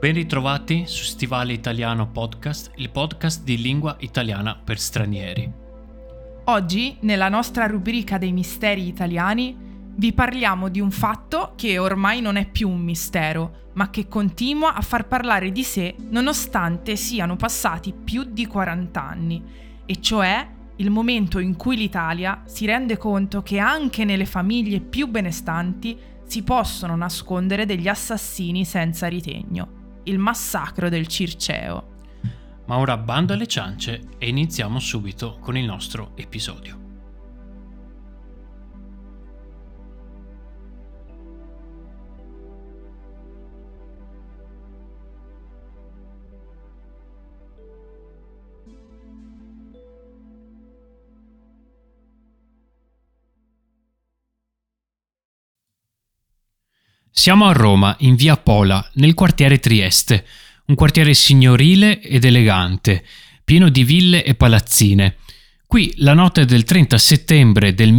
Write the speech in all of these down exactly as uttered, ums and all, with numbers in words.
Ben ritrovati su Stivale Italiano Podcast, il podcast di lingua italiana per stranieri. Oggi, nella nostra rubrica dei misteri italiani, vi parliamo di un fatto che ormai non è più un mistero, ma che continua a far parlare di sé nonostante siano passati più di quaranta anni, e cioè il momento in cui l'Italia si rende conto che anche nelle famiglie più benestanti si possono nascondere degli assassini senza ritegno. Il massacro del Circeo. Ma ora bando alle ciance e iniziamo subito con il nostro episodio. Siamo a Roma, in via Pola, nel quartiere Trieste, un quartiere signorile ed elegante, pieno di ville e palazzine. Qui, la notte del trenta settembre del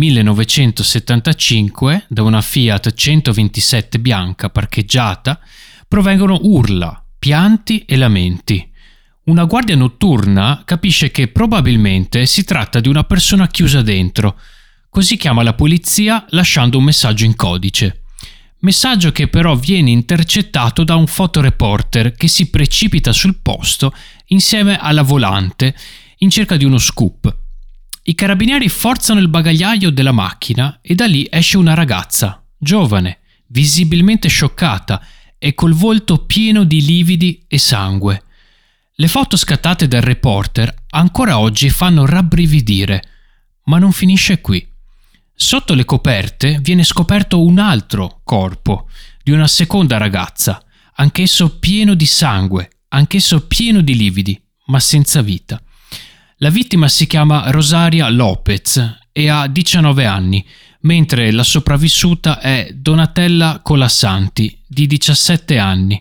millenovecentosettantacinque, da una Fiat centoventisette bianca parcheggiata, provengono urla, pianti e lamenti. Una guardia notturna capisce che probabilmente si tratta di una persona chiusa dentro, così chiama la polizia lasciando un messaggio in codice. Messaggio che però viene intercettato da un fotoreporter che si precipita sul posto insieme alla volante in cerca di uno scoop. I carabinieri forzano il bagagliaio della macchina e da lì esce una ragazza, giovane, visibilmente scioccata e col volto pieno di lividi e sangue. Le foto scattate dal reporter ancora oggi fanno rabbrividire, ma non finisce qui. Sotto le coperte viene scoperto un altro corpo di una seconda ragazza, anch'esso pieno di sangue, anch'esso pieno di lividi, ma senza vita. La vittima si chiama Rosaria Lopez e ha diciannove anni, mentre la sopravvissuta è Donatella Colassanti, di diciassette anni.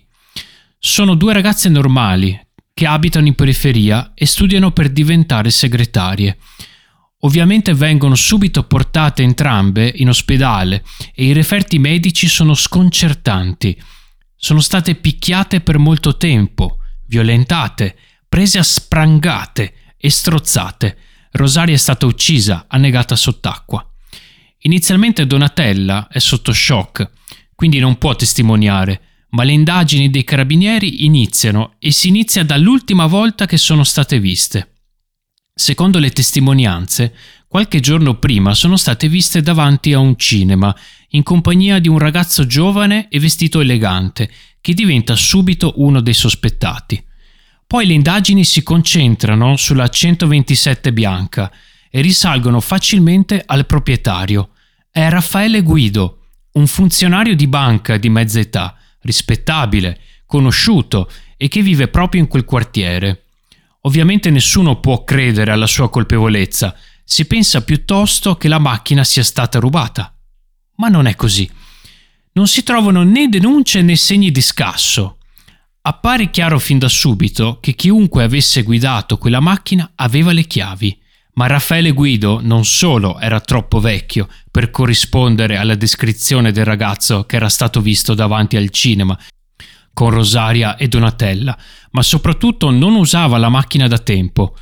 Sono due ragazze normali che abitano in periferia e studiano per diventare segretarie. Ovviamente vengono subito portate entrambe in ospedale e i referti medici sono sconcertanti. Sono state picchiate per molto tempo, violentate, prese a sprangate e strozzate. Rosaria è stata uccisa, annegata sott'acqua. Inizialmente Donatella è sotto shock, quindi non può testimoniare, ma le indagini dei carabinieri iniziano e si inizia dall'ultima volta che sono state viste. Secondo le testimonianze, qualche giorno prima sono state viste davanti a un cinema, in compagnia di un ragazzo giovane e vestito elegante, che diventa subito uno dei sospettati. Poi le indagini si concentrano sulla centoventisette bianca e risalgono facilmente al proprietario. È Raffaele Guido, un funzionario di banca di mezza età, rispettabile, conosciuto e che vive proprio in quel quartiere. Ovviamente nessuno può credere alla sua colpevolezza, si pensa piuttosto che la macchina sia stata rubata. Ma non è così. Non si trovano né denunce né segni di scasso. Appare chiaro fin da subito che chiunque avesse guidato quella macchina aveva le chiavi, ma Raffaele Guido non solo era troppo vecchio per corrispondere alla descrizione del ragazzo che era stato visto davanti al cinema con Rosaria e Donatella, ma soprattutto non usava la macchina da tempo.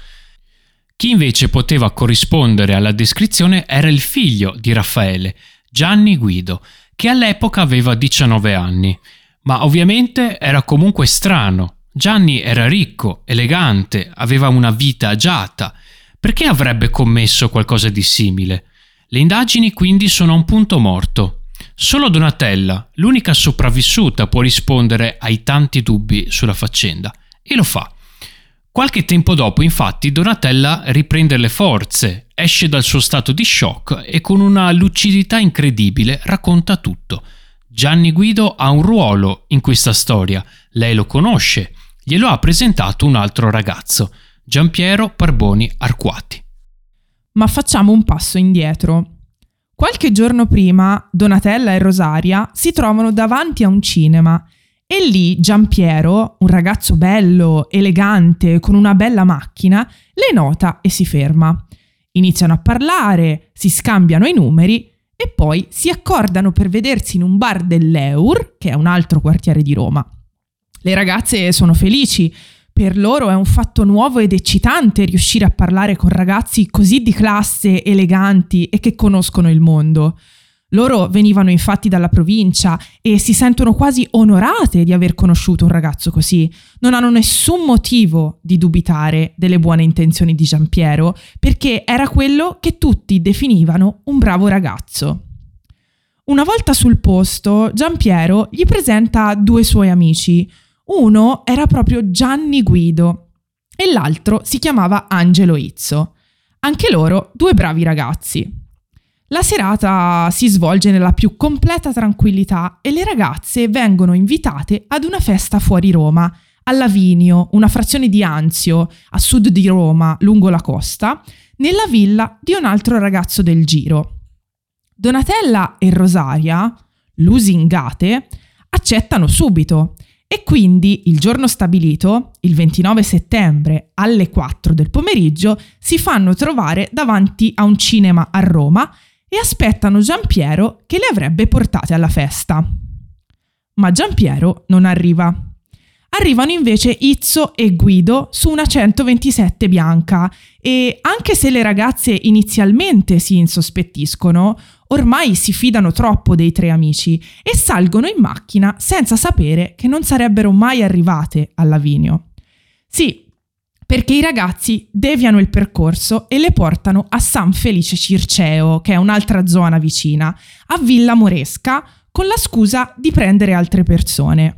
Chi invece poteva corrispondere alla descrizione era il figlio di Raffaele, Gianni Guido, che all'epoca aveva diciannove anni. Ma ovviamente era comunque strano. Gianni era ricco, elegante, aveva una vita agiata. Perché avrebbe commesso qualcosa di simile? Le indagini quindi sono a un punto morto. Solo Donatella, l'unica sopravvissuta, può rispondere ai tanti dubbi sulla faccenda, e lo fa. Qualche tempo dopo, infatti, Donatella riprende le forze, esce dal suo stato di shock e con una lucidità incredibile racconta tutto. Gianni Guido ha un ruolo in questa storia, lei lo conosce, glielo ha presentato un altro ragazzo, Giampiero Parboni Arquati. Ma facciamo un passo indietro. Qualche giorno prima, Donatella e Rosaria si trovano davanti a un cinema e lì Giampiero, un ragazzo bello, elegante, con una bella macchina, le nota e si ferma. Iniziano a parlare, si scambiano i numeri e poi si accordano per vedersi in un bar dell'Eur, che è un altro quartiere di Roma. Le ragazze sono felici. Per loro è un fatto nuovo ed eccitante riuscire a parlare con ragazzi così di classe, eleganti e che conoscono il mondo. Loro venivano infatti dalla provincia e si sentono quasi onorate di aver conosciuto un ragazzo così. Non hanno nessun motivo di dubitare delle buone intenzioni di Giampiero, perché era quello che tutti definivano un bravo ragazzo. Una volta sul posto, Giampiero gli presenta due suoi amici. Uno era proprio Gianni Guido e l'altro si chiamava Angelo Izzo. Anche loro due bravi ragazzi. La serata si svolge nella più completa tranquillità e le ragazze vengono invitate ad una festa fuori Roma, a Lavinio, una frazione di Anzio, a sud di Roma, lungo la costa, nella villa di un altro ragazzo del giro. Donatella e Rosaria, lusingate, accettano subito. E quindi il giorno stabilito, il ventinove settembre alle quattro del pomeriggio, si fanno trovare davanti a un cinema a Roma e aspettano Giampiero che le avrebbe portate alla festa. Ma Giampiero non arriva. Arrivano invece Izzo e Guido su una centoventisette bianca e anche se le ragazze inizialmente si insospettiscono, ormai si fidano troppo dei tre amici e salgono in macchina senza sapere che non sarebbero mai arrivate a Lavinio. Sì, perché i ragazzi deviano il percorso e le portano a San Felice Circeo, che è un'altra zona vicina, a Villa Moresca, con la scusa di prendere altre persone.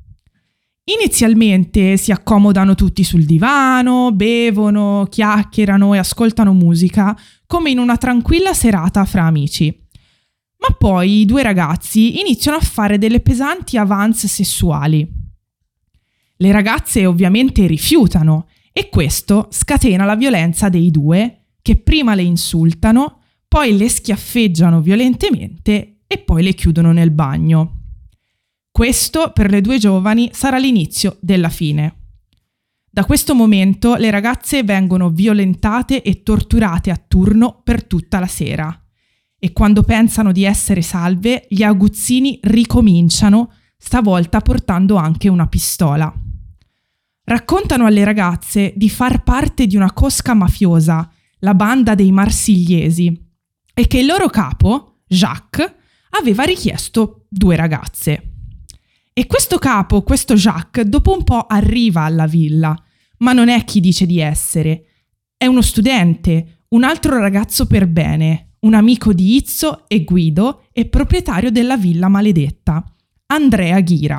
Inizialmente si accomodano tutti sul divano, bevono, chiacchierano e ascoltano musica, come in una tranquilla serata fra amici. Ma poi i due ragazzi iniziano a fare delle pesanti avance sessuali. Le ragazze ovviamente rifiutano e questo scatena la violenza dei due, che prima le insultano, poi le schiaffeggiano violentemente e poi le chiudono nel bagno. Questo per le due giovani sarà l'inizio della fine. Da questo momento le ragazze vengono violentate e torturate a turno per tutta la sera. E quando pensano di essere salve, gli aguzzini ricominciano, stavolta portando anche una pistola. Raccontano alle ragazze di far parte di una cosca mafiosa, la banda dei Marsigliesi, e che il loro capo, Jacques, aveva richiesto due ragazze. E questo capo, questo Jacques, dopo un po' arriva alla villa, ma non è chi dice di essere. È uno studente, un altro ragazzo per bene, un amico di Izzo e Guido e proprietario della villa maledetta, Andrea Ghira.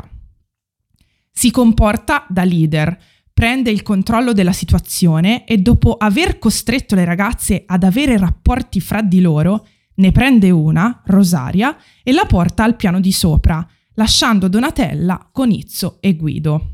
Si comporta da leader, prende il controllo della situazione e dopo aver costretto le ragazze ad avere rapporti fra di loro, ne prende una, Rosaria, e la porta al piano di sopra, lasciando Donatella con Izzo e Guido.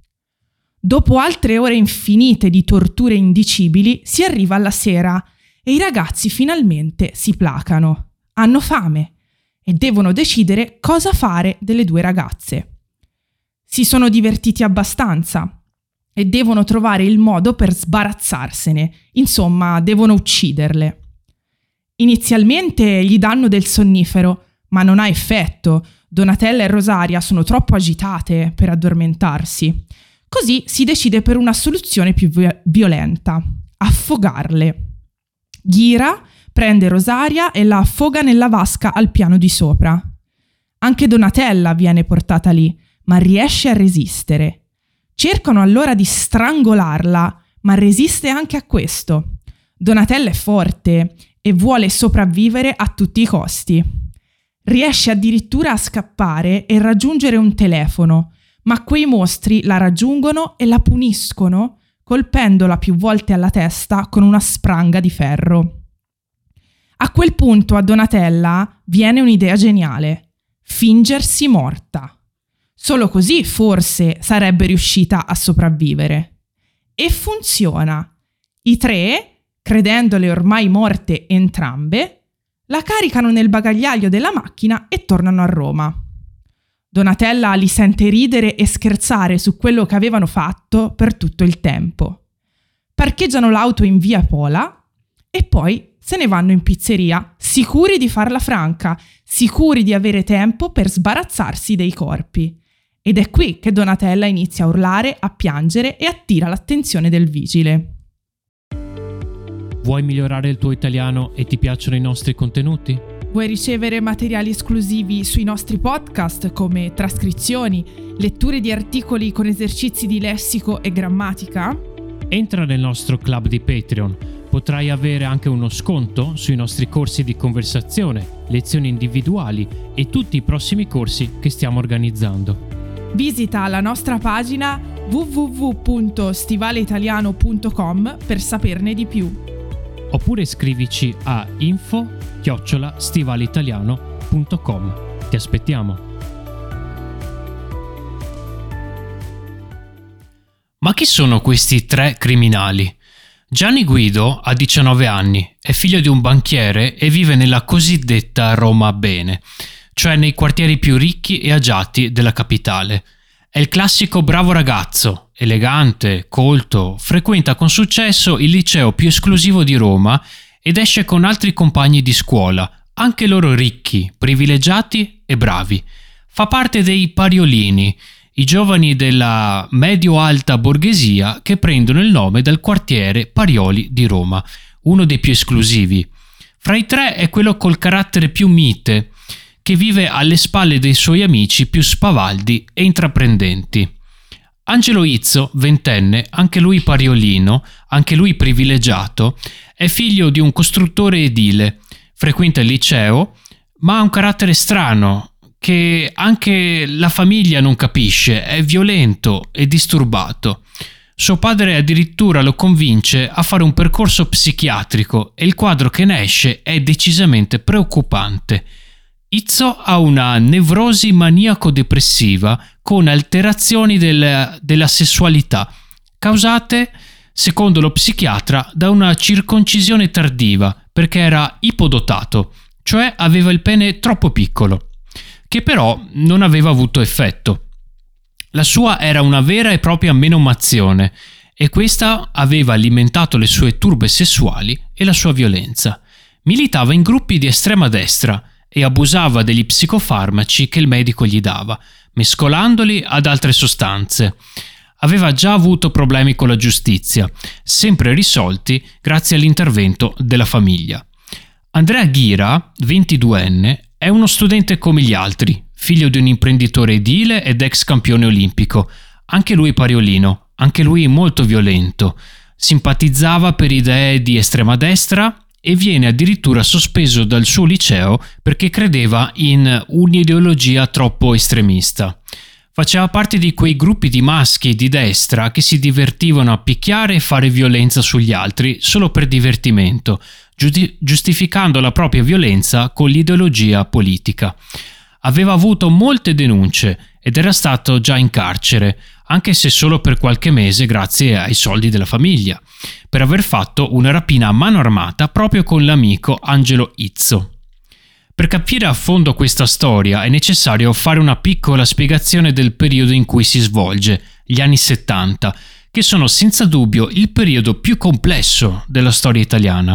Dopo altre ore infinite di torture indicibili, si arriva alla sera e i ragazzi finalmente si placano. Hanno fame e devono decidere cosa fare delle due ragazze. Si sono divertiti abbastanza e devono trovare il modo per sbarazzarsene, insomma, devono ucciderle. Inizialmente gli danno del sonnifero, ma non ha effetto. Donatella e Rosaria sono troppo agitate per addormentarsi. Così si decide per una soluzione più violenta: affogarle. Ghira prende Rosaria e la affoga nella vasca al piano di sopra. Anche Donatella viene portata lì, ma riesce a resistere. Cercano allora di strangolarla, ma resiste anche a questo. Donatella è forte e vuole sopravvivere a tutti i costi. Riesce addirittura a scappare e raggiungere un telefono, ma quei mostri la raggiungono e la puniscono colpendola più volte alla testa con una spranga di ferro. A quel punto a Donatella viene un'idea geniale: fingersi morta. Solo così forse sarebbe riuscita a sopravvivere. E funziona. I tre, credendole ormai morte entrambe, la caricano nel bagagliaio della macchina e tornano a Roma. Donatella li sente ridere e scherzare su quello che avevano fatto per tutto il tempo. Parcheggiano l'auto in via Pola e poi se ne vanno in pizzeria, sicuri di farla franca, sicuri di avere tempo per sbarazzarsi dei corpi. Ed è qui che Donatella inizia a urlare, a piangere e attira l'attenzione del vigile. Vuoi migliorare il tuo italiano e ti piacciono i nostri contenuti? Vuoi ricevere materiali esclusivi sui nostri podcast come trascrizioni, letture di articoli con esercizi di lessico e grammatica? Entra nel nostro club di Patreon. Potrai avere anche uno sconto sui nostri corsi di conversazione, lezioni individuali e tutti i prossimi corsi che stiamo organizzando. Visita la nostra pagina w w w punto stivaleitaliano punto com per saperne di più. Oppure scrivici a info chiocciola stivaleitaliano punto com. Ti aspettiamo. Ma chi sono questi tre criminali? Gianni Guido ha diciannove anni, è figlio di un banchiere e vive nella cosiddetta Roma Bene, cioè nei quartieri più ricchi e agiati della capitale. È il classico bravo ragazzo, elegante, colto, frequenta con successo il liceo più esclusivo di Roma ed esce con altri compagni di scuola, anche loro ricchi, privilegiati e bravi. Fa parte dei pariolini, i giovani della medio-alta borghesia che prendono il nome dal quartiere Parioli di Roma, uno dei più esclusivi. Fra i tre è quello col carattere più mite, che vive alle spalle dei suoi amici più spavaldi e intraprendenti. Angelo Izzo, ventenne, anche lui pariolino, anche lui privilegiato, è figlio di un costruttore edile, frequenta il liceo, ma ha un carattere strano che anche la famiglia non capisce, è violento e disturbato. Suo padre addirittura lo convince a fare un percorso psichiatrico e il quadro che ne esce è decisamente preoccupante. Izzo ha una nevrosi maniaco-depressiva con alterazioni del, della sessualità, causate, secondo lo psichiatra, da una circoncisione tardiva perché era ipodotato, cioè aveva il pene troppo piccolo, che però non aveva avuto effetto. La sua era una vera e propria menomazione e questa aveva alimentato le sue turbe sessuali e la sua violenza. Militava in gruppi di estrema destra e abusava degli psicofarmaci che il medico gli dava, mescolandoli ad altre sostanze. Aveva già avuto problemi con la giustizia, sempre risolti grazie all'intervento della famiglia. Andrea Ghira, ventiduenne, è uno studente come gli altri, figlio di un imprenditore edile ed ex campione olimpico, anche lui pariolino, anche lui molto violento. Simpatizzava per idee di estrema destra e viene addirittura sospeso dal suo liceo perché credeva in un'ideologia troppo estremista. Faceva parte di quei gruppi di maschi di destra che si divertivano a picchiare e fare violenza sugli altri solo per divertimento, giusti- giustificando la propria violenza con l'ideologia politica. Aveva avuto molte denunce ed era stato già in carcere, anche se solo per qualche mese grazie ai soldi della famiglia, per aver fatto una rapina a mano armata proprio con l'amico Angelo Izzo. Per capire a fondo questa storia è necessario fare una piccola spiegazione del periodo in cui si svolge, gli anni settanta, che sono senza dubbio il periodo più complesso della storia italiana.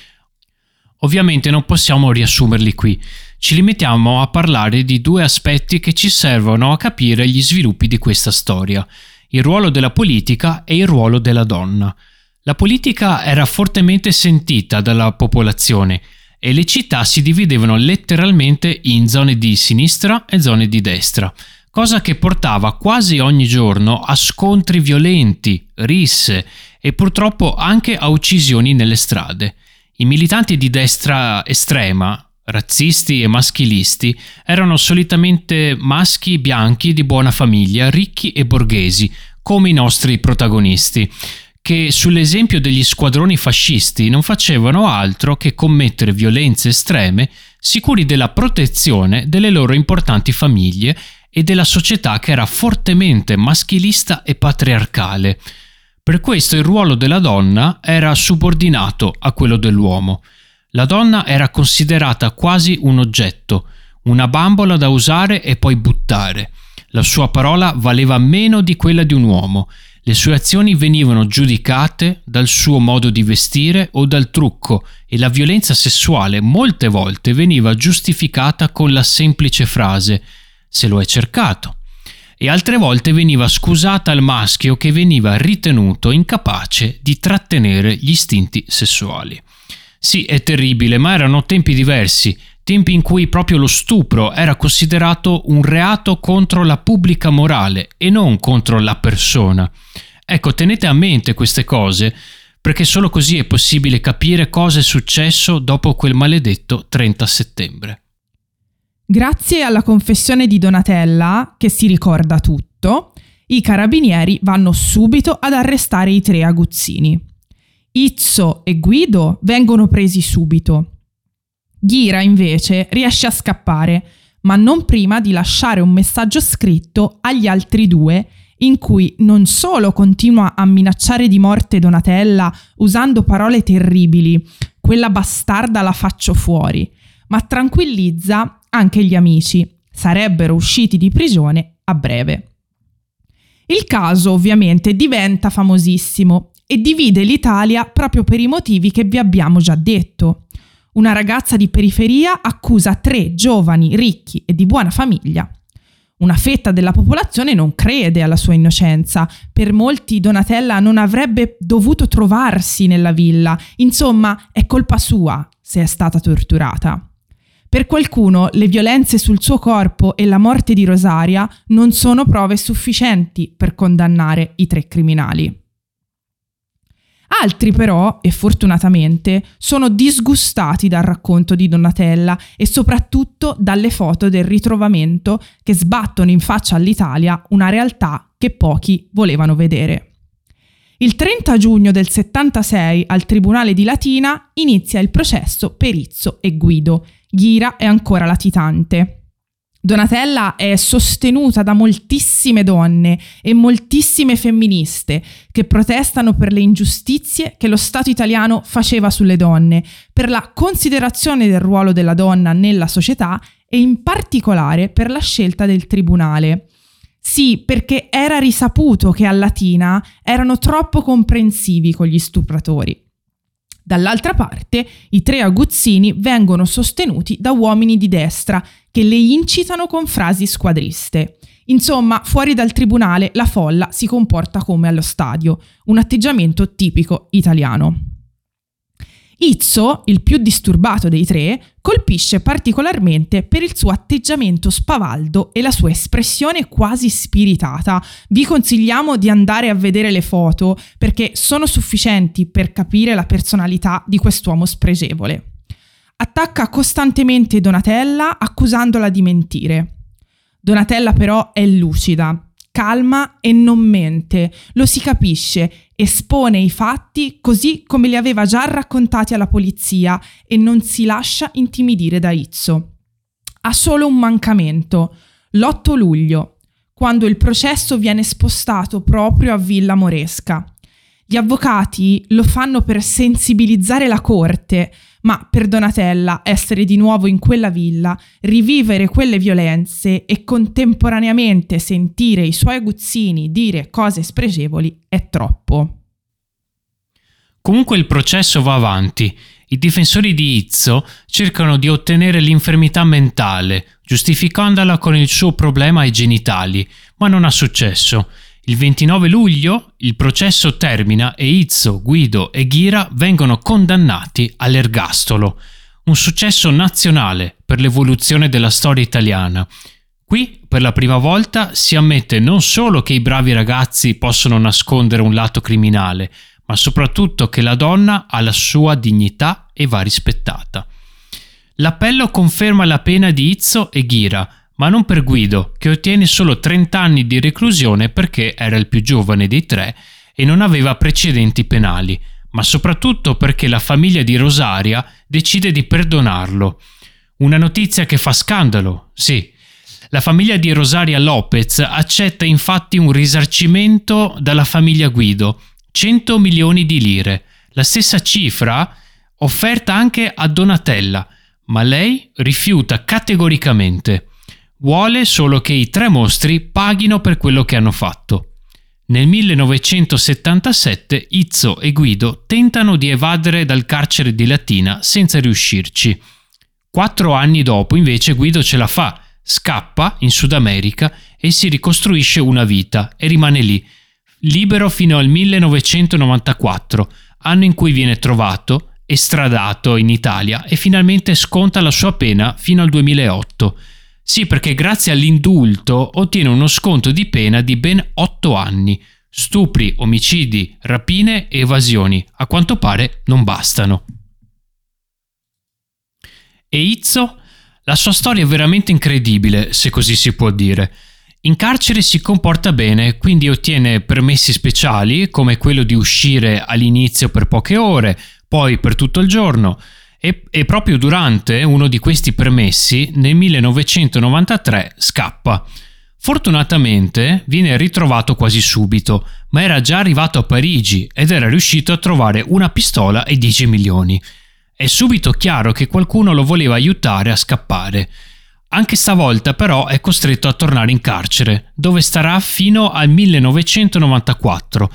Ovviamente non possiamo riassumerli qui, ci limitiamo a parlare di due aspetti che ci servono a capire gli sviluppi di questa storia: il ruolo della politica e il ruolo della donna. La politica era fortemente sentita dalla popolazione e le città si dividevano letteralmente in zone di sinistra e zone di destra, cosa che portava quasi ogni giorno a scontri violenti, risse e purtroppo anche a uccisioni nelle strade. I militanti di destra estrema, razzisti e maschilisti, erano solitamente maschi bianchi di buona famiglia, ricchi e borghesi, come i nostri protagonisti, che sull'esempio degli squadroni fascisti non facevano altro che commettere violenze estreme, sicuri della protezione delle loro importanti famiglie e della società che era fortemente maschilista e patriarcale. Per questo il ruolo della donna era subordinato a quello dell'uomo. La donna era considerata quasi un oggetto, una bambola da usare e poi buttare. La sua parola valeva meno di quella di un uomo. Le sue azioni venivano giudicate dal suo modo di vestire o dal trucco e la violenza sessuale molte volte veniva giustificata con la semplice frase «se lo è cercato». e altre volte veniva scusata al maschio che veniva ritenuto incapace di trattenere gli istinti sessuali. Sì, è terribile, ma erano tempi diversi, tempi in cui proprio lo stupro era considerato un reato contro la pubblica morale e non contro la persona. Ecco, tenete a mente queste cose, perché solo così è possibile capire cosa è successo dopo quel maledetto trenta settembre. Grazie alla confessione di Donatella, che si ricorda tutto, i carabinieri vanno subito ad arrestare i tre aguzzini. Izzo e Guido vengono presi subito. Ghira, invece, riesce a scappare, ma non prima di lasciare un messaggio scritto agli altri due in cui non solo continua a minacciare di morte Donatella usando parole terribili, quella bastarda la faccio fuori, ma tranquillizza anche gli amici, sarebbero usciti di prigione a breve. Il caso ovviamente diventa famosissimo e divide l'Italia proprio per i motivi che vi abbiamo già detto. Una ragazza di periferia accusa tre giovani ricchi e di buona famiglia. Una fetta della popolazione non crede alla sua innocenza. Per molti Donatella non avrebbe dovuto trovarsi nella villa. Insomma, è colpa sua se è stata torturata. Per qualcuno le violenze sul suo corpo e la morte di Rosaria non sono prove sufficienti per condannare i tre criminali. Altri però, e fortunatamente, sono disgustati dal racconto di Donatella e soprattutto dalle foto del ritrovamento che sbattono in faccia all'Italia una realtà che pochi volevano vedere. Il trenta giugno del settantasei al Tribunale di Latina inizia il processo per Izzo e Guido. Ghira è ancora latitante. Donatella è sostenuta da moltissime donne e moltissime femministe che protestano per le ingiustizie che lo Stato italiano faceva sulle donne, per la considerazione del ruolo della donna nella società e in particolare per la scelta del tribunale. Sì, perché era risaputo che a Latina erano troppo comprensivi con gli stupratori. Dall'altra parte, i tre aguzzini vengono sostenuti da uomini di destra che le incitano con frasi squadriste. Insomma, fuori dal tribunale la folla si comporta come allo stadio, un atteggiamento tipico italiano. Izzo, il più disturbato dei tre, colpisce particolarmente per il suo atteggiamento spavaldo e la sua espressione quasi spiritata. Vi consigliamo di andare a vedere le foto perché sono sufficienti per capire la personalità di quest'uomo spregevole. Attacca costantemente Donatella accusandola di mentire. Donatella però è lucida, calma e non mente, lo si capisce, espone i fatti così come li aveva già raccontati alla polizia e non si lascia intimidire da Izzo. Ha solo un mancamento, l'otto luglio, quando il processo viene spostato proprio a Villa Moresca. Gli avvocati lo fanno per sensibilizzare la corte, ma per Donatella essere di nuovo in quella villa, rivivere quelle violenze e contemporaneamente sentire i suoi aguzzini dire cose spregevoli è troppo. Comunque il processo va avanti. I difensori di Izzo cercano di ottenere l'infermità mentale, giustificandola con il suo problema ai genitali, ma non ha successo. Il ventinove luglio il processo termina e Izzo, Guido e Ghira vengono condannati all'ergastolo. Un successo nazionale per l'evoluzione della storia italiana. Qui, per la prima volta, si ammette non solo che i bravi ragazzi possono nascondere un lato criminale, ma soprattutto che la donna ha la sua dignità e va rispettata. L'appello conferma la pena di Izzo e Ghira, ma non per Guido, che ottiene solo trenta anni di reclusione perché era il più giovane dei tre e non aveva precedenti penali, ma soprattutto perché la famiglia di Rosaria decide di perdonarlo. Una notizia che fa scandalo, sì. La famiglia di Rosaria Lopez accetta infatti un risarcimento dalla famiglia Guido, cento milioni di lire, la stessa cifra offerta anche a Donatella, ma lei rifiuta categoricamente. Vuole solo che i tre mostri paghino per quello che hanno fatto. Nel millenovecentosettantasette Izzo e Guido tentano di evadere dal carcere di Latina senza riuscirci. Quattro anni dopo invece Guido ce la fa, scappa in Sud America e si ricostruisce una vita e rimane lì, libero fino al millenovecentonovantaquattro, anno in cui viene trovato, estradato in Italia e finalmente sconta la sua pena fino al duemilaotto. Sì, perché grazie all'indulto ottiene uno sconto di pena di ben otto anni. Stupri, omicidi, rapine e evasioni, a quanto pare, non bastano. E Izzo? La sua storia è veramente incredibile, se così si può dire. In carcere si comporta bene, quindi ottiene permessi speciali, come quello di uscire all'inizio per poche ore, poi per tutto il giorno, e, e proprio durante uno di questi permessi, nel millenovecentonovantatré, scappa. Fortunatamente viene ritrovato quasi subito, ma era già arrivato a Parigi ed era riuscito a trovare una pistola e dieci milioni. È subito chiaro che qualcuno lo voleva aiutare a scappare. Anche stavolta però è costretto a tornare in carcere, dove starà fino al millenovecentonovantaquattro,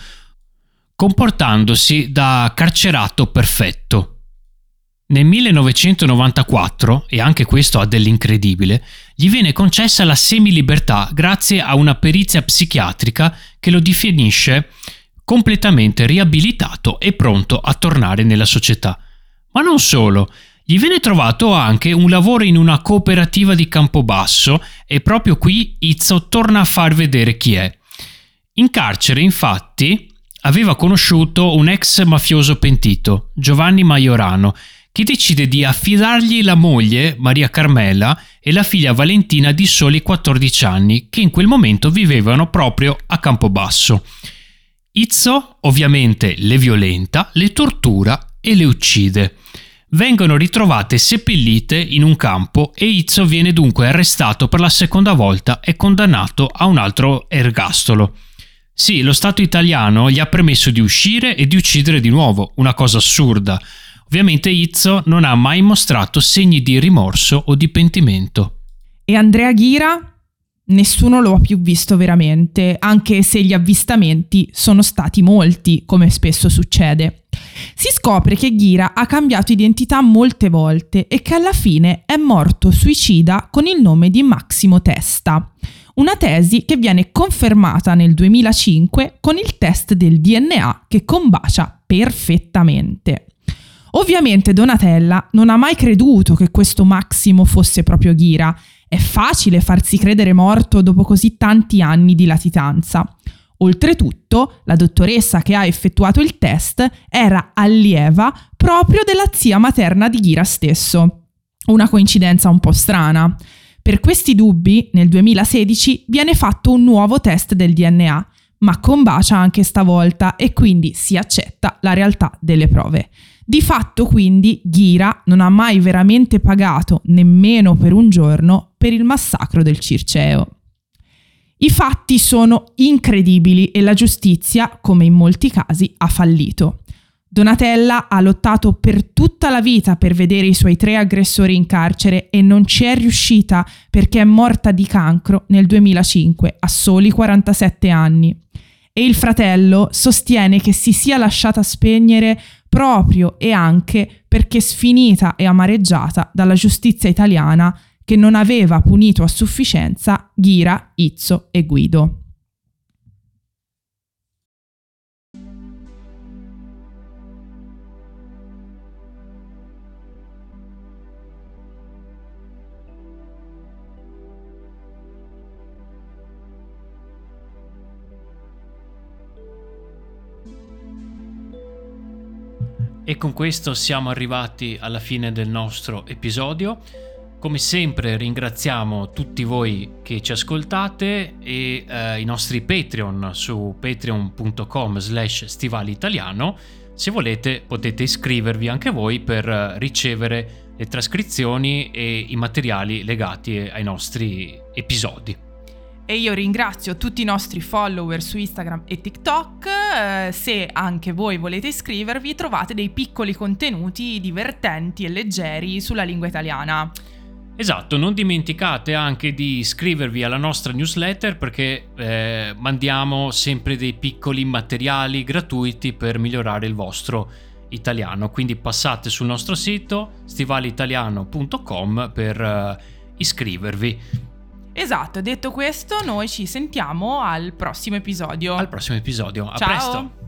comportandosi da carcerato perfetto. Nel millenovecentonovantaquattro, e anche questo ha dell'incredibile, gli viene concessa la semilibertà grazie a una perizia psichiatrica che lo definisce completamente riabilitato e pronto a tornare nella società. Ma non solo, gli viene trovato anche un lavoro in una cooperativa di Campobasso e proprio qui Izzo torna a far vedere chi è. In carcere, infatti, aveva conosciuto un ex mafioso pentito, Giovanni Majorano, che decide di affidargli la moglie, Maria Carmela, e la figlia Valentina di soli quattordici anni, che in quel momento vivevano proprio a Campobasso. Izzo, ovviamente, le violenta, le tortura e le uccide. Vengono ritrovate seppellite in un campo e Izzo viene dunque arrestato per la seconda volta e condannato a un altro ergastolo. Sì, lo Stato italiano gli ha permesso di uscire e di uccidere di nuovo, una cosa assurda. Ovviamente Izzo non ha mai mostrato segni di rimorso o di pentimento. E Andrea Ghira? Nessuno lo ha più visto veramente, anche se gli avvistamenti sono stati molti, come spesso succede. Si scopre che Ghira ha cambiato identità molte volte e che alla fine è morto suicida con il nome di Massimo Testa. Una tesi che viene confermata nel duemilacinque con il test del D N A che combacia perfettamente. Ovviamente Donatella non ha mai creduto che questo Massimo fosse proprio Ghira. È facile farsi credere morto dopo così tanti anni di latitanza. Oltretutto, la dottoressa che ha effettuato il test era allieva proprio della zia materna di Ghira stesso. Una coincidenza un po' strana. Per questi dubbi, nel duemilasedici viene fatto un nuovo test del D N A, ma combacia anche stavolta e quindi si accetta la realtà delle prove. Di fatto, quindi, Ghira non ha mai veramente pagato, nemmeno per un giorno, per il massacro del Circeo. I fatti sono incredibili e la giustizia, come in molti casi, ha fallito. Donatella ha lottato per tutta la vita per vedere i suoi tre aggressori in carcere e non ci è riuscita perché è morta di cancro nel duemilacinque, a soli quarantasette anni. E il fratello sostiene che si sia lasciata spegnere proprio e anche perché sfinita e amareggiata dalla giustizia italiana che non aveva punito a sufficienza Ghira, Izzo e Guido. E con questo siamo arrivati alla fine del nostro episodio. Come sempre ringraziamo tutti voi che ci ascoltate e eh, i nostri Patreon su patreon punto com slash stivali italiano. Se volete potete iscrivervi anche voi per ricevere le trascrizioni e i materiali legati ai nostri episodi. E io ringrazio tutti i nostri follower su Instagram e TikTok. Eh, se anche voi volete iscrivervi, trovate dei piccoli contenuti divertenti e leggeri sulla lingua italiana. Esatto, non dimenticate anche di iscrivervi alla nostra newsletter perché eh, mandiamo sempre dei piccoli materiali gratuiti per migliorare il vostro italiano. Quindi passate sul nostro sito stivali italiano punto com per uh, iscrivervi. Esatto, detto questo, noi ci sentiamo al prossimo episodio. Al prossimo episodio. A Ciao. presto.